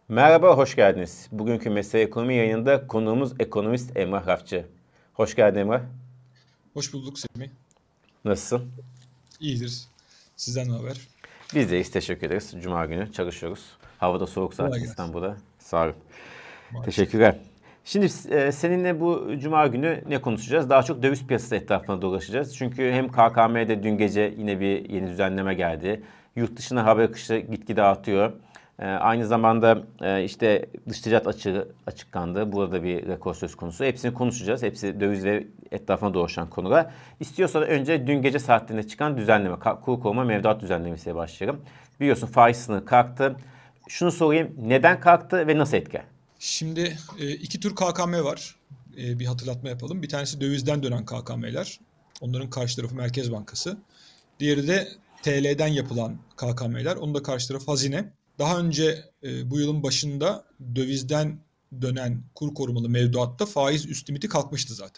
Merhaba, hoş geldiniz. Bugünkü Mesele Ekonomi yayınında konuğumuz ekonomist Emrah Rafçı. Hoş geldin Emrah. Hoş bulduk Semih. Nasılsın? İyidir. Sizden ne haber? Biz deyiz, teşekkür ederiz. Cuma günü çalışıyoruz. Havada soğuk Kolay zaten gelsin. İstanbul'da. Sağ olun. Maalesef. Teşekkürler. Şimdi seninle bu Cuma günü ne konuşacağız? Daha çok döviz piyasası etrafına dolaşacağız. Çünkü hem KKM'de dün gece yine bir yeni düzenleme geldi. Yurt dışına haber akışı gitgide artıyor. Aynı zamanda işte dış ticaret açığı açıklandı. Burada bir rekor söz konusu. Hepsini konuşacağız. Hepsi döviz ve etrafına dolaşan konular. İstiyorsan önce dün gece saatlerinde çıkan düzenleme, kur koruma mevduat düzenlemesiyle başlayalım. Biliyorsun faiz sınırı kalktı. Şunu sorayım, neden kalktı ve nasıl etki? Şimdi iki tür KKM var. Bir hatırlatma yapalım. Bir tanesi dövizden dönen KKM'ler. Onların karşı tarafı Merkez Bankası. Diğeri de TL'den yapılan KKM'ler. Onun da karşı tarafı hazine. Daha önce bu yılın başında dövizden dönen kur korumalı mevduatta faiz üst limiti kalkmıştı zaten.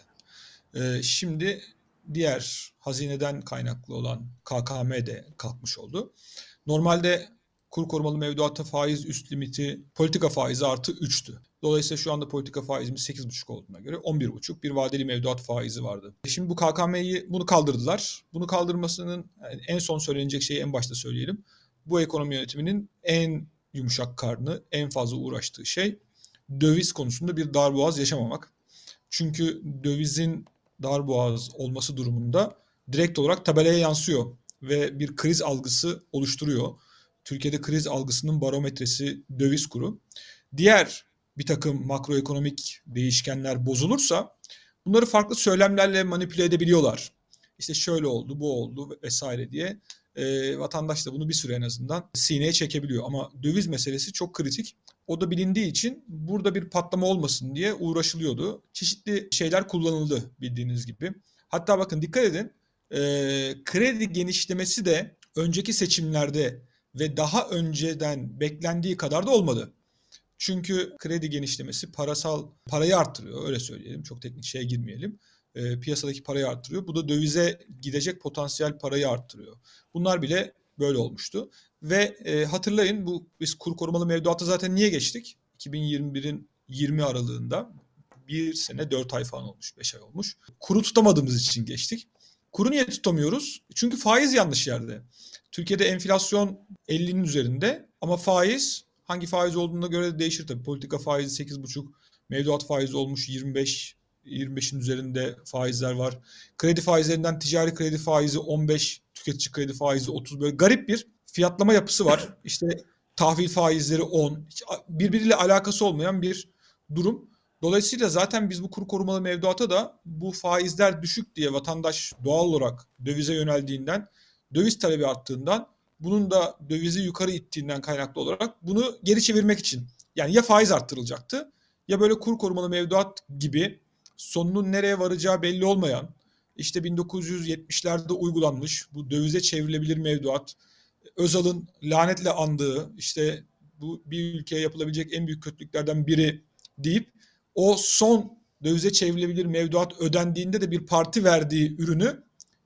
Şimdi diğer hazineden kaynaklı olan KKM de kalkmış oldu. Normalde kur korumalı mevduatta faiz üst limiti politika faizi artı 3'tü. Dolayısıyla şu anda politika faizimiz 8,5 olduğuna göre 11,5 bir vadeli mevduat faizi vardı. Şimdi bu KKM'yi bunu kaldırdılar. Bunu kaldırmasının en son söylenecek şeyi en başta söyleyelim. Bu ekonomi yönetiminin en yumuşak karnı, en fazla uğraştığı şey döviz konusunda bir darboğaz yaşamamak. Çünkü dövizin darboğaz olması durumunda direkt olarak tabelaya yansıyor ve bir kriz algısı oluşturuyor. Türkiye'de kriz algısının barometresi döviz kuru. Diğer bir takım makroekonomik değişkenler bozulursa bunları farklı söylemlerle manipüle edebiliyorlar. İşte şöyle oldu, bu oldu vesaire diye vatandaş da bunu bir süre en azından sineye çekebiliyor. Ama döviz meselesi çok kritik. O da bilindiği için burada bir patlama olmasın diye uğraşılıyordu. Çeşitli şeyler kullanıldı bildiğiniz gibi. Hatta bakın dikkat edin, kredi genişlemesi de önceki seçimlerde ve daha önceden beklendiği kadar da olmadı. Çünkü kredi genişlemesi parayı arttırıyor, öyle söyleyelim, çok teknik şeye girmeyelim. Piyasadaki parayı arttırıyor. Bu da dövize gidecek potansiyel parayı arttırıyor. Bunlar bile böyle olmuştu. Ve hatırlayın, biz kur korumalı mevduata zaten niye geçtik? 2021'in 20 aralığında, bir sene 4 ay falan olmuş, 5 ay olmuş. Kuru tutamadığımız için geçtik. Kuru niye tutamıyoruz? Çünkü faiz yanlış yerde. Türkiye'de enflasyon 50'nin üzerinde ama faiz, hangi faiz olduğuna göre de değişir tabii. Politika faizi 8,5, mevduat faizi olmuş 25, 25'in üzerinde faizler var. Kredi faizlerinden ticari kredi faizi 15, tüketici kredi faizi 30, böyle garip bir fiyatlama yapısı var. İşte tahvil faizleri 10, hiç birbiriyle alakası olmayan bir durum. Dolayısıyla zaten biz bu kur korumalı mevduata da bu faizler düşük diye vatandaş doğal olarak dövize yöneldiğinden, döviz talebi arttığından, bunun da dövizi yukarı ittiğinden kaynaklı olarak bunu geri çevirmek için, yani ya faiz arttırılacaktı ya böyle kur korumalı mevduat gibi sonunun nereye varacağı belli olmayan, işte 1970'lerde uygulanmış bu dövize çevrilebilir mevduat, Özal'ın lanetle andığı, işte bu bir ülkeye yapılabilecek en büyük kötülüklerden biri deyip o son dövize çevrilebilir mevduat ödendiğinde de bir parti verdiği ürünü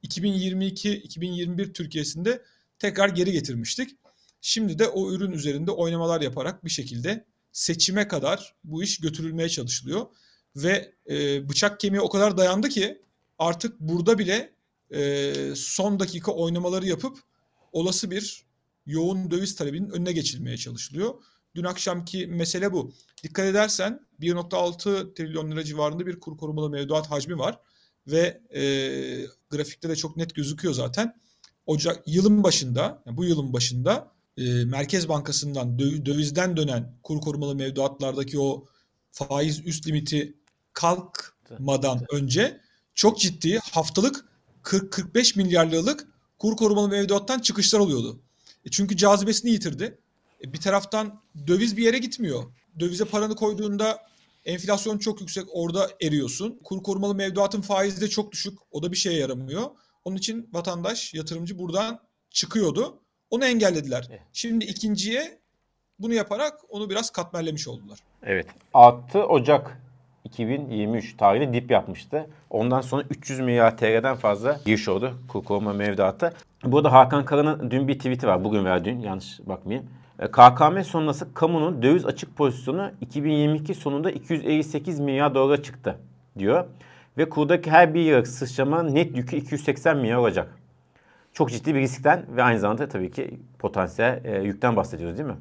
2022-2021 Türkiye'sinde tekrar geri getirmiştik. Şimdi de o ürün üzerinde oynamalar yaparak bir şekilde seçime kadar bu iş götürülmeye çalışılıyor. Ve bıçak kemiğe o kadar dayandı ki artık burada bile son dakika oynamaları yapıp olası bir yoğun döviz talebinin önüne geçilmeye çalışılıyor. Dün akşamki mesele bu. Dikkat edersen 1,6 trilyon lira civarında bir kur korumalı mevduat hacmi var. Ve grafikte de çok net gözüküyor zaten. Yılın başında, yani bu yılın başında Merkez Bankası'ndan dövizden dönen kur korumalı mevduatlardaki o faiz üst limiti kalkmadan önce çok ciddi haftalık 40-45 milyar liralık kur korumalı mevduattan çıkışlar oluyordu. Çünkü cazibesini yitirdi. Bir taraftan döviz bir yere gitmiyor. Dövize paranı koyduğunda enflasyon çok yüksek, orada eriyorsun. Kur korumalı mevduatın faizi de çok düşük, o da bir şeye yaramıyor. Onun için vatandaş, yatırımcı buradan çıkıyordu. Onu engellediler. Şimdi ikinciye bunu yaparak onu biraz katmerlemiş oldular. Evet. 6 Ocak 2023 tarihinde dip yapmıştı. Ondan sonra 300 milyar TL'den fazla giriş oldu kur koruma mevduatta. Burada Hakan Kara'nın dün bir tweet'i var. Bugün veya dün, yanlış bakmayayım. KKM sonrası kamunun döviz açık pozisyonu 2022 sonunda 258 milyar dolara çıktı diyor. Ve kurdaki her bir liralık sıçrama net yükü 280 milyar olacak. Çok ciddi bir riskten ve aynı zamanda tabii ki potansiyel yükten bahsediyoruz değil mi?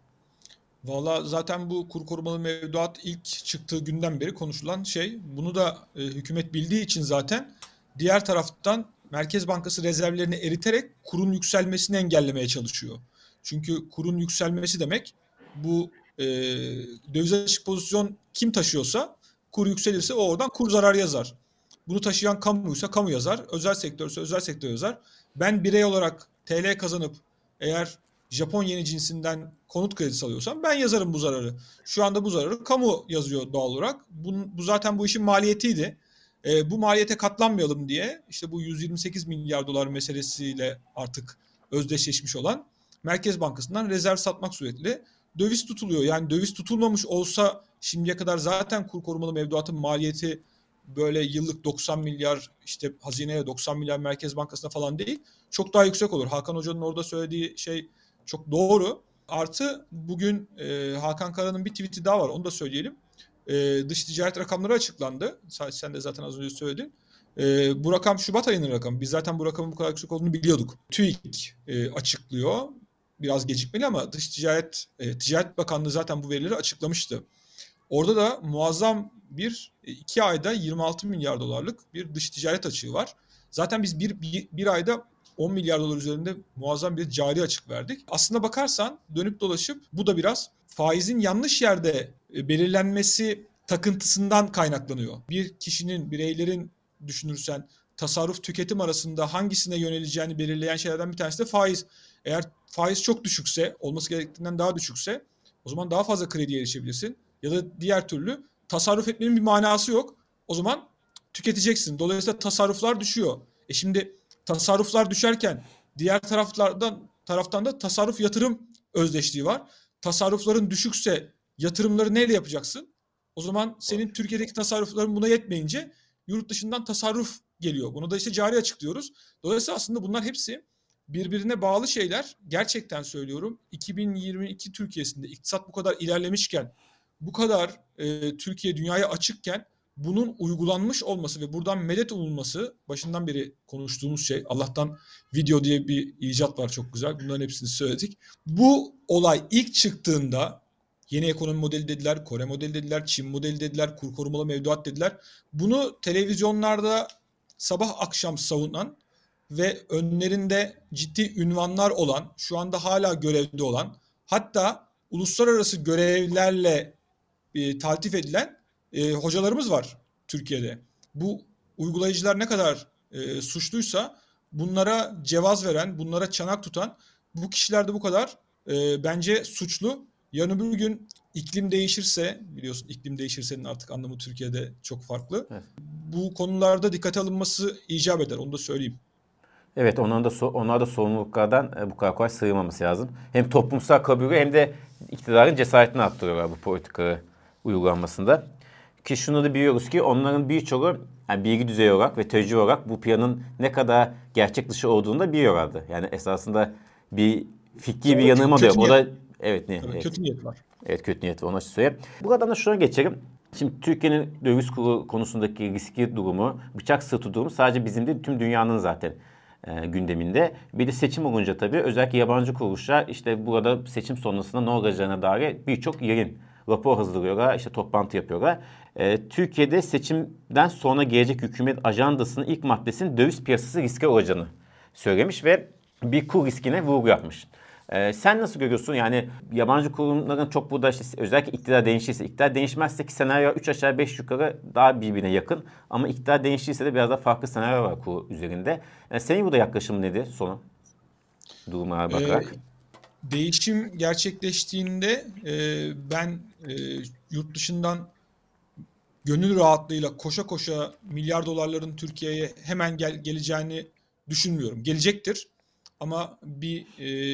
Valla zaten bu kur korumalı mevduat ilk çıktığı günden beri konuşulan şey. Bunu da hükümet bildiği için zaten diğer taraftan Merkez Bankası rezervlerini eriterek kurun yükselmesini engellemeye çalışıyor. Çünkü kurun yükselmesi demek bu döviz açık pozisyon kim taşıyorsa kur yükselirse o oradan kur zarar yazar. Bunu taşıyan kamuysa kamu yazar, özel sektörse özel sektör yazar. Ben birey olarak TL kazanıp eğer Japon yeni cinsinden konut kredisi alıyorsam ben yazarım bu zararı. Şu anda bu zararı kamu yazıyor doğal olarak. Bu zaten bu işin maliyetiydi. Bu maliyete katlanmayalım diye işte bu 128 milyar dolar meselesiyle artık özdeşleşmiş olan Merkez Bankası'ndan rezerv satmak suretiyle döviz tutuluyor. Yani döviz tutulmamış olsa şimdiye kadar zaten kur korumalı mevduatın maliyeti böyle yıllık 90 milyar işte hazineye 90 milyar Merkez Bankası'na falan değil. Çok daha yüksek olur. Hakan Hoca'nın orada söylediği şey çok doğru. Artı bugün Hakan Kara'nın bir tweet'i daha var. Onu da söyleyelim. Dış ticaret rakamları açıklandı. Sen de zaten az önce söyledin. Bu rakam Şubat ayının rakamı. Biz zaten bu rakamın bu kadar yüksek olduğunu biliyorduk. TÜİK açıklıyor. Biraz gecikmeli ama Ticaret Bakanlığı zaten bu verileri açıklamıştı. Orada da muazzam bir 2 ayda 26 milyar dolarlık bir dış ticaret açığı var. Zaten biz bir ayda 10 milyar dolar üzerinde muazzam bir cari açık verdik. Aslına bakarsan dönüp dolaşıp bu da biraz faizin yanlış yerde belirlenmesi takıntısından kaynaklanıyor. Bir kişinin, bireylerin düşünürsen tasarruf tüketim arasında hangisine yöneleceğini belirleyen şeylerden bir tanesi de faiz. Eğer faiz çok düşükse, olması gerektiğinden daha düşükse o zaman daha fazla krediye erişebilirsin. Ya da diğer türlü tasarruf etmenin bir manası yok. O zaman tüketeceksin. Dolayısıyla tasarruflar düşüyor. Şimdi tasarruflar düşerken diğer taraftan da tasarruf yatırım özdeşliği var. Tasarrufların düşükse yatırımları neyle yapacaksın? O zaman senin Türkiye'deki tasarrufların buna yetmeyince yurt dışından tasarruf geliyor. Bunu da işte cari açık diyoruz. Dolayısıyla aslında bunlar hepsi birbirine bağlı şeyler. Gerçekten söylüyorum 2022 Türkiye'sinde iktisat bu kadar ilerlemişken, bu kadar Türkiye dünyaya açıkken bunun uygulanmış olması ve buradan medet umulması başından beri konuştuğumuz şey. Allah'tan video diye bir icat var çok güzel. Bunların hepsini söyledik. Bu olay ilk çıktığında yeni ekonomi modeli dediler, Kore modeli dediler, Çin modeli dediler, kur korumalı mevduat dediler. Bunu televizyonlarda sabah akşam savunan ve önlerinde ciddi ünvanlar olan, şu anda hala görevde olan, hatta uluslararası görevlerle taltif edilen hocalarımız var Türkiye'de. Bu uygulayıcılar ne kadar suçluysa bunlara cevaz veren, bunlara çanak tutan bu kişiler de bu kadar bence suçlu. Yarın öbür gün iklim değişirse, biliyorsun iklim değişirsenin artık anlamı Türkiye'de çok farklı. Evet. Bu konularda dikkate alınması icap eder, onu da söyleyeyim. Evet, onlar da sorumluluklardan bu kadar kolay sığmaması lazım. Hem toplumsal kabulü hem de iktidarın cesaretini arttırıyorlar bu politikaları uygulanmasında. Ki şunu da biliyoruz ki onların birçoğu yani bilgi düzeyi olarak ve tecrübe olarak bu planın ne kadar gerçek dışı olduğunu da biliyorlardı. Yani esasında bir fikri bir yanılma da yok. O da evet ne? Evet. Kötü niyet var. Evet, kötü niyet var, onu söyleyeyim. Buradan da şuna geçelim. Şimdi Türkiye'nin döviz kuru konusundaki riski durumu, bıçak sırtı durumu sadece bizim değil tüm dünyanın zaten gündeminde. Bir de seçim olunca tabii özellikle yabancı kuruluşlar işte burada seçim sonrasında ne olacağına dair birçok yerin rapor hazırlıyorlar, işte toplantı yapıyorlar. Türkiye'de seçimden sonra gelecek hükümet ajandasının ilk maddesinin döviz piyasası riski olacağını söylemiş ve bir kur riskine vurgu yapmış. Sen nasıl görüyorsun? Yani yabancı kurumların çok burada işte özellikle iktidar değişirse, iktidar değişmezse ki senaryo 3 aşağı 5 yukarı daha birbirine yakın. Ama iktidar değişirse de biraz daha farklı senaryo var kur üzerinde. Yani senin burada yaklaşımın nedir sonu durumlara bakarak? Değişim gerçekleştiğinde ben yurt dışından gönül rahatlığıyla koşa koşa milyar dolarların Türkiye'ye hemen geleceğini düşünmüyorum. Gelecektir ama bir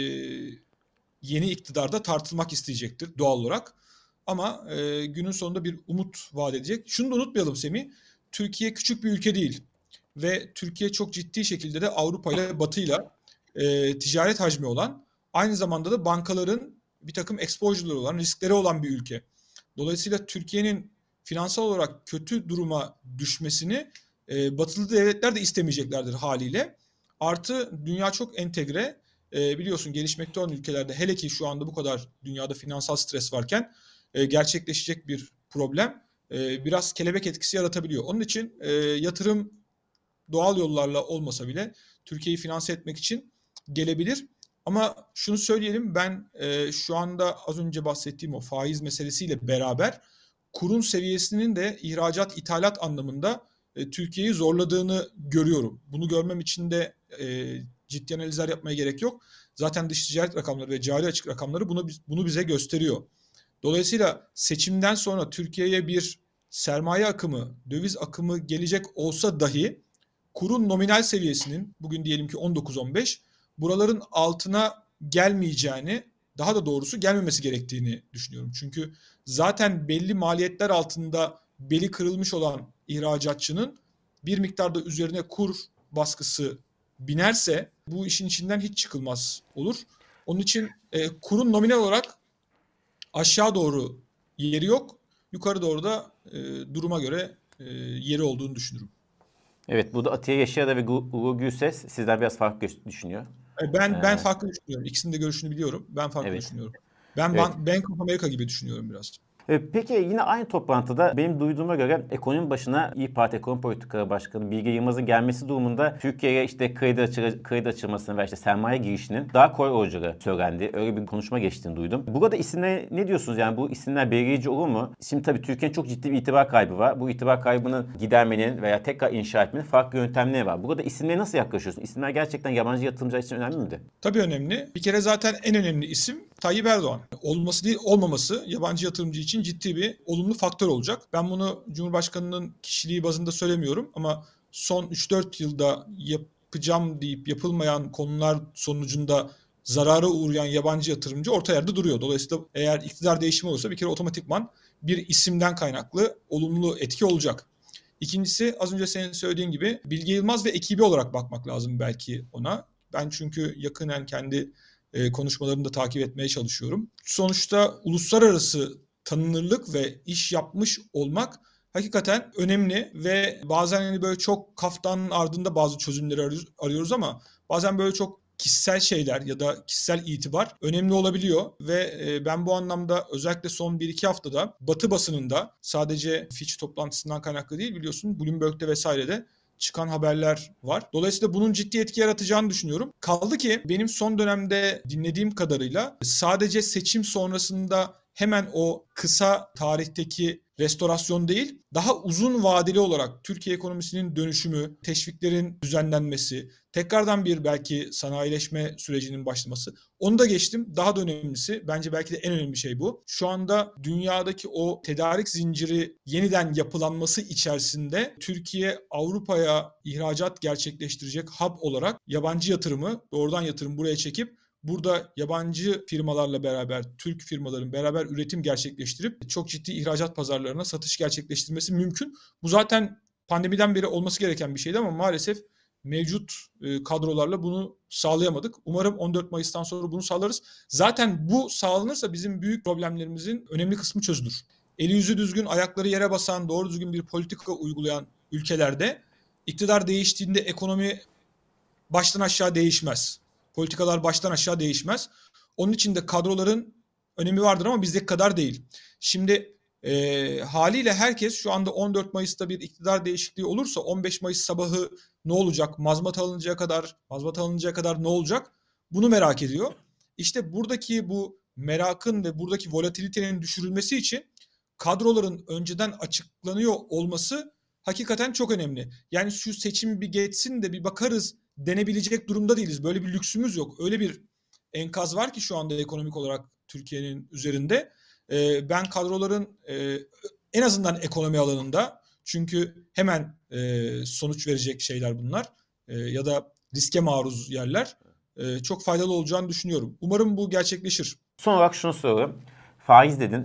yeni iktidarda tartılmak isteyecektir doğal olarak. Ama günün sonunda bir umut vaat edecek. Şunu da unutmayalım Semih, Türkiye küçük bir ülke değil ve Türkiye çok ciddi şekilde de Avrupa ile Batı ile ticaret hacmi olan, aynı zamanda da bankaların bir takım exposure'ları olan, riskleri olan bir ülke. Dolayısıyla Türkiye'nin finansal olarak kötü duruma düşmesini batılı devletler de istemeyeceklerdir haliyle. Artı dünya çok entegre. Biliyorsun gelişmekte olan ülkelerde, hele ki şu anda bu kadar dünyada finansal stres varken gerçekleşecek bir problem biraz kelebek etkisi yaratabiliyor. Onun için yatırım doğal yollarla olmasa bile Türkiye'yi finanse etmek için gelebilir. Ama şunu söyleyelim, ben şu anda az önce bahsettiğim o faiz meselesiyle beraber kurun seviyesinin de ihracat, ithalat anlamında Türkiye'yi zorladığını görüyorum. Bunu görmem için de ciddi analizler yapmaya gerek yok. Zaten dış ticaret rakamları ve cari açık rakamları bunu bize gösteriyor. Dolayısıyla seçimden sonra Türkiye'ye bir sermaye akımı, döviz akımı gelecek olsa dahi kurun nominal seviyesinin bugün diyelim ki 19-15 buraların altına gelmeyeceğini, daha da doğrusu gelmemesi gerektiğini düşünüyorum. Çünkü zaten belli maliyetler altında beli kırılmış olan ihracatçının bir miktarda üzerine kur baskısı binerse bu işin içinden hiç çıkılmaz olur. Onun için kurun nominal olarak aşağı doğru yeri yok, yukarı doğru da duruma göre yeri olduğunu düşünürüm. Evet, burada Atiye Yaşar'da ve Uğur Gülses sizden biraz farklı düşünüyor. Ben farklı düşünüyorum. İkisinin de görüşünü biliyorum. Ben farklı düşünüyorum. Ben Bank of America gibi düşünüyorum biraz. Peki yine aynı toplantıda benim duyduğuma göre ekonomi başına İYİ Parti Ekonomi Politikaları Başkanı Bilge Yılmaz'ın gelmesi durumunda Türkiye'ye işte kredi açılmasının ve işte sermaye girişinin daha kolay olacağı söylendi. Öyle bir konuşma geçtiğini duydum. Burada isimler ne diyorsunuz? Yani bu isimler belirleyici olur mu? Şimdi tabii Türkiye'nin çok ciddi bir itibar kaybı var. Bu itibar kaybını gidermenin veya tekrar inşa etmenin farklı yöntemleri var. Burada isimlere nasıl yaklaşıyorsun? İsimler gerçekten yabancı yatırımcılar için önemli miydi? Tabii önemli. Bir kere zaten en önemli isim Tayyip Erdoğan. Olması değil olmaması yabancı yatırımcı için ciddi bir olumlu faktör olacak. Ben bunu Cumhurbaşkanı'nın kişiliği bazında söylemiyorum ama son 3-4 yılda yapacağım deyip yapılmayan konular sonucunda zarara uğrayan yabancı yatırımcı orta yerde duruyor. Dolayısıyla eğer iktidar değişimi olursa bir kere otomatikman bir isimden kaynaklı olumlu etki olacak. İkincisi az önce senin söylediğin gibi Bilge Yılmaz ve ekibi olarak bakmak lazım belki ona. Ben çünkü yakinen kendi konuşmalarını da takip etmeye çalışıyorum. Sonuçta uluslararası tanınırlık ve iş yapmış olmak hakikaten önemli ve bazen hani böyle çok kaftanın ardında bazı çözümleri arıyoruz ama bazen böyle çok kişisel şeyler ya da kişisel itibar önemli olabiliyor ve ben bu anlamda özellikle son 1-2 haftada Batı basınında sadece Fitch toplantısından kaynaklı değil biliyorsun Bloomberg'de vesairede çıkan haberler var. Dolayısıyla bunun ciddi etki yaratacağını düşünüyorum. Kaldı ki benim son dönemde dinlediğim kadarıyla sadece seçim sonrasında hemen o kısa tarihteki restorasyon değil, daha uzun vadeli olarak Türkiye ekonomisinin dönüşümü, teşviklerin düzenlenmesi, tekrardan bir belki sanayileşme sürecinin başlaması. Onu da geçtim. Daha da önemlisi, bence belki de en önemli şey bu. Şu anda dünyadaki o tedarik zinciri yeniden yapılanması içerisinde Türkiye Avrupa'ya ihracat gerçekleştirecek hub olarak yabancı yatırımı, doğrudan yatırım buraya çekip burada yabancı firmalarla beraber, Türk firmaların beraber üretim gerçekleştirip çok ciddi ihracat pazarlarına satış gerçekleştirmesi mümkün. Bu zaten pandemiden beri olması gereken bir şeydi ama maalesef mevcut kadrolarla bunu sağlayamadık. Umarım 14 Mayıs'tan sonra bunu sağlarız. Zaten bu sağlanırsa bizim büyük problemlerimizin önemli kısmı çözülür. Eli yüzü düzgün, ayakları yere basan, doğru düzgün bir politika uygulayan ülkelerde iktidar değiştiğinde ekonomi baştan aşağı değişmez. Politikalar baştan aşağı değişmez. Onun için de kadroların önemi vardır ama bizdeki kadar değil. Şimdi haliyle herkes şu anda 14 Mayıs'ta bir iktidar değişikliği olursa 15 Mayıs sabahı ne olacak? Mazbat alıncaya kadar ne olacak? Bunu merak ediyor. İşte buradaki bu merakın ve buradaki volatilitenin düşürülmesi için kadroların önceden açıklanıyor olması hakikaten çok önemli. Yani şu seçim bir geçsin de bir bakarız denebilecek durumda değiliz. Böyle bir lüksümüz yok. Öyle bir enkaz var ki şu anda ekonomik olarak Türkiye'nin üzerinde. Ben kadroların en azından ekonomi alanında çünkü hemen sonuç verecek şeyler bunlar ya da riske maruz yerler çok faydalı olacağını düşünüyorum. Umarım bu gerçekleşir. Son olarak şunu soruyorum. Faiz dedin.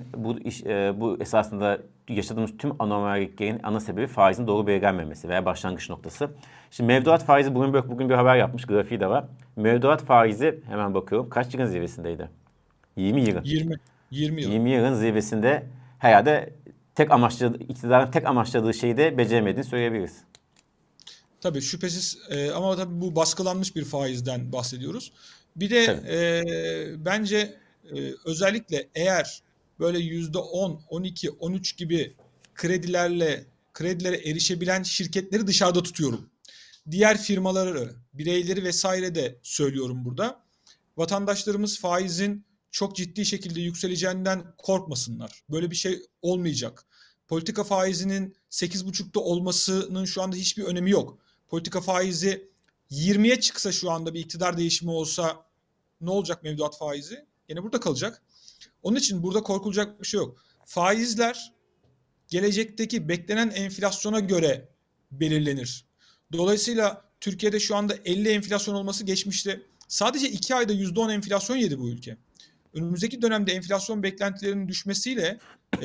Bu esasında yaşadığımız tüm anormalliklerin ana sebebi faizin doğru belirlenmemesi veya başlangıç noktası. Şimdi mevduat faizi bugün bir haber yapmış. Grafiği de var. Mevduat faizi hemen bakıyorum. Kaç yılın zirvesindeydi? 20 yılın. 20 yıl. 20 yılın zirvesinde herhalde iktidarın tek amaçladığı şeyi de beceremediğini söyleyebiliriz. Tabii şüphesiz, ama tabii bu baskılanmış bir faizden bahsediyoruz. Bir de Tabii. bence özellikle eğer böyle %10, 12, 13 gibi kredilere erişebilen şirketleri dışarıda tutuyorum. Diğer firmaları, bireyleri vesaire de söylüyorum burada. Vatandaşlarımız faizin çok ciddi şekilde yükseleceğinden korkmasınlar. Böyle bir şey olmayacak. Politika faizinin 8,5'ta olmasının şu anda hiçbir önemi yok. Politika faizi 20'ye çıksa, şu anda bir iktidar değişimi olsa ne olacak mevduat faizi? Yine burada kalacak. Onun için burada korkulacak bir şey yok. Faizler gelecekteki beklenen enflasyona göre belirlenir. Dolayısıyla Türkiye'de şu anda 50 enflasyon olması, geçmişte sadece 2 ayda %10 enflasyon yedi bu ülke. Önümüzdeki dönemde enflasyon beklentilerinin düşmesiyle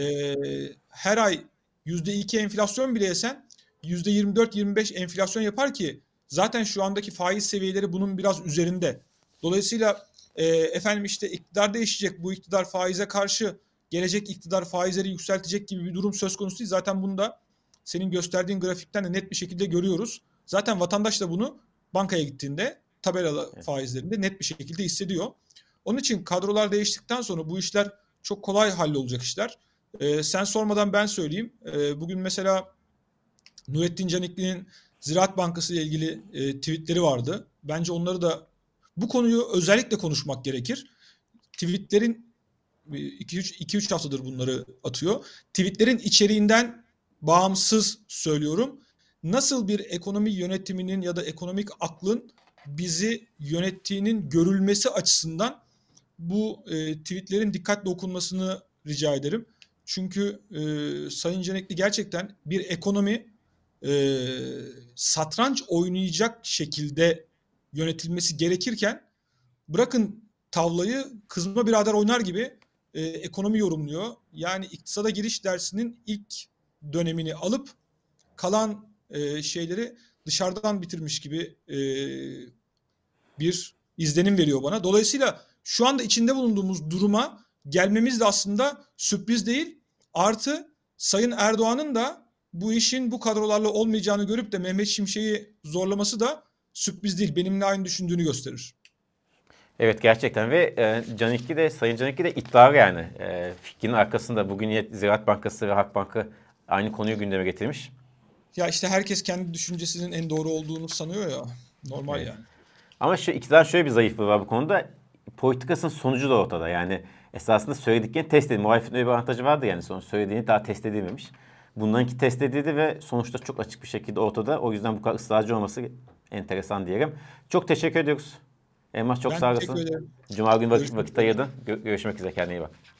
her ay %2 enflasyon bile yesen %24-25 enflasyon yapar ki zaten şu andaki faiz seviyeleri bunun biraz üzerinde. Dolayısıyla efendim işte iktidar değişecek, bu iktidar faize karşı, gelecek iktidar faizleri yükseltecek gibi bir durum söz konusu değil. Zaten bunu da senin gösterdiğin grafikten de net bir şekilde görüyoruz. Zaten vatandaş da bunu bankaya gittiğinde tabelalı faizlerinde net bir şekilde hissediyor. Onun için kadrolar değiştikten sonra bu işler çok kolay hallolacak işler. Sen sormadan ben söyleyeyim. Bugün mesela Nurettin Canikli'nin Ziraat Bankası ile ilgili tweetleri vardı. Bence onları da, bu konuyu özellikle konuşmak gerekir. Tweetlerin 2-3 haftadır bunları atıyor. Tweetlerin içeriğinden bağımsız söylüyorum. Nasıl bir ekonomi yönetiminin ya da ekonomik aklın bizi yönettiğinin görülmesi açısından bu tweetlerin dikkatle okunmasını rica ederim. Çünkü Sayın Canikli gerçekten bir ekonomi satranç oynayacak şekilde yönetilmesi gerekirken, bırakın tavlayı, kızma birader oynar gibi ekonomi yorumluyor. Yani iktisada giriş dersinin ilk dönemini alıp kalan şeyleri dışarıdan bitirmiş gibi bir izlenim veriyor bana. Dolayısıyla şu anda içinde bulunduğumuz duruma gelmemiz de aslında sürpriz değil. Artı Sayın Erdoğan'ın da bu işin bu kadrolarla olmayacağını görüp de Mehmet Şimşek'i zorlaması da sürpriz değil. Benimle aynı düşündüğünü gösterir. Evet, gerçekten ve Sayın Canikli de iddialı yani. Fikrinin arkasında bugün yine Ziraat Bankası ve Halkbank'ı aynı konuyu gündeme getirmiş. Ya işte herkes kendi düşüncesinin en doğru olduğunu sanıyor ya. Normal Evet. yani. Ama iktidar şöyle bir zayıflığı var bu konuda. Politikasının sonucu da ortada. Yani esasında söylediklerini test edildi. Muhalefetin öyle bir avantajı vardı yani. Sonra söylediğini daha test edilmemiş. Bunlarınki test edildi ve sonuçta çok açık bir şekilde ortada. O yüzden bu kadar ısrarcı olması enteresan diyelim. Çok teşekkür ediyoruz. Elmas, çok Ben sağ teşekkür olasın. ederim. Cuma günü Görüşmek vakit üzere. ayırdın. Görüşmek üzere. Kendine iyi bak.